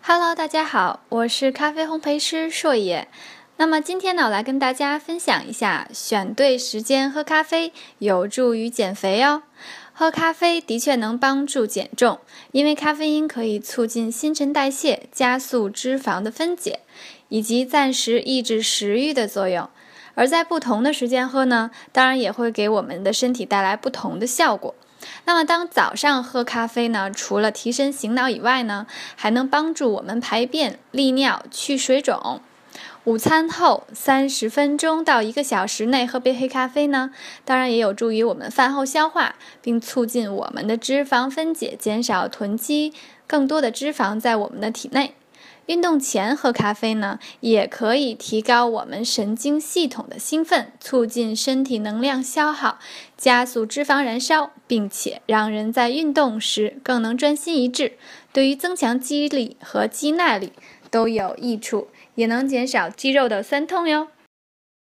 Hello， 大家好，我是咖啡烘焙师硕野。那么今天呢，我来跟大家分享一下，选对时间喝咖啡有助于减肥哦。喝咖啡的确能帮助减重，因为咖啡因可以促进新陈代谢，加速脂肪的分解，以及暂时抑制食欲的作用。而在不同的时间喝呢，当然也会给我们的身体带来不同的效果。那么当早上喝咖啡呢，除了提神醒脑以外呢，还能帮助我们排便、利尿、去水肿。午餐后30分钟到1个小时内喝杯黑咖啡呢，当然也有助于我们饭后消化，并促进我们的脂肪分解，减少囤积更多的脂肪在我们的体内。运动前喝咖啡呢，也可以提高我们神经系统的兴奋，促进身体能量消耗，加速脂肪燃烧，并且让人在运动时更能专心一致，对于增强肌力和肌耐力都有益处，也能减少肌肉的酸痛哟。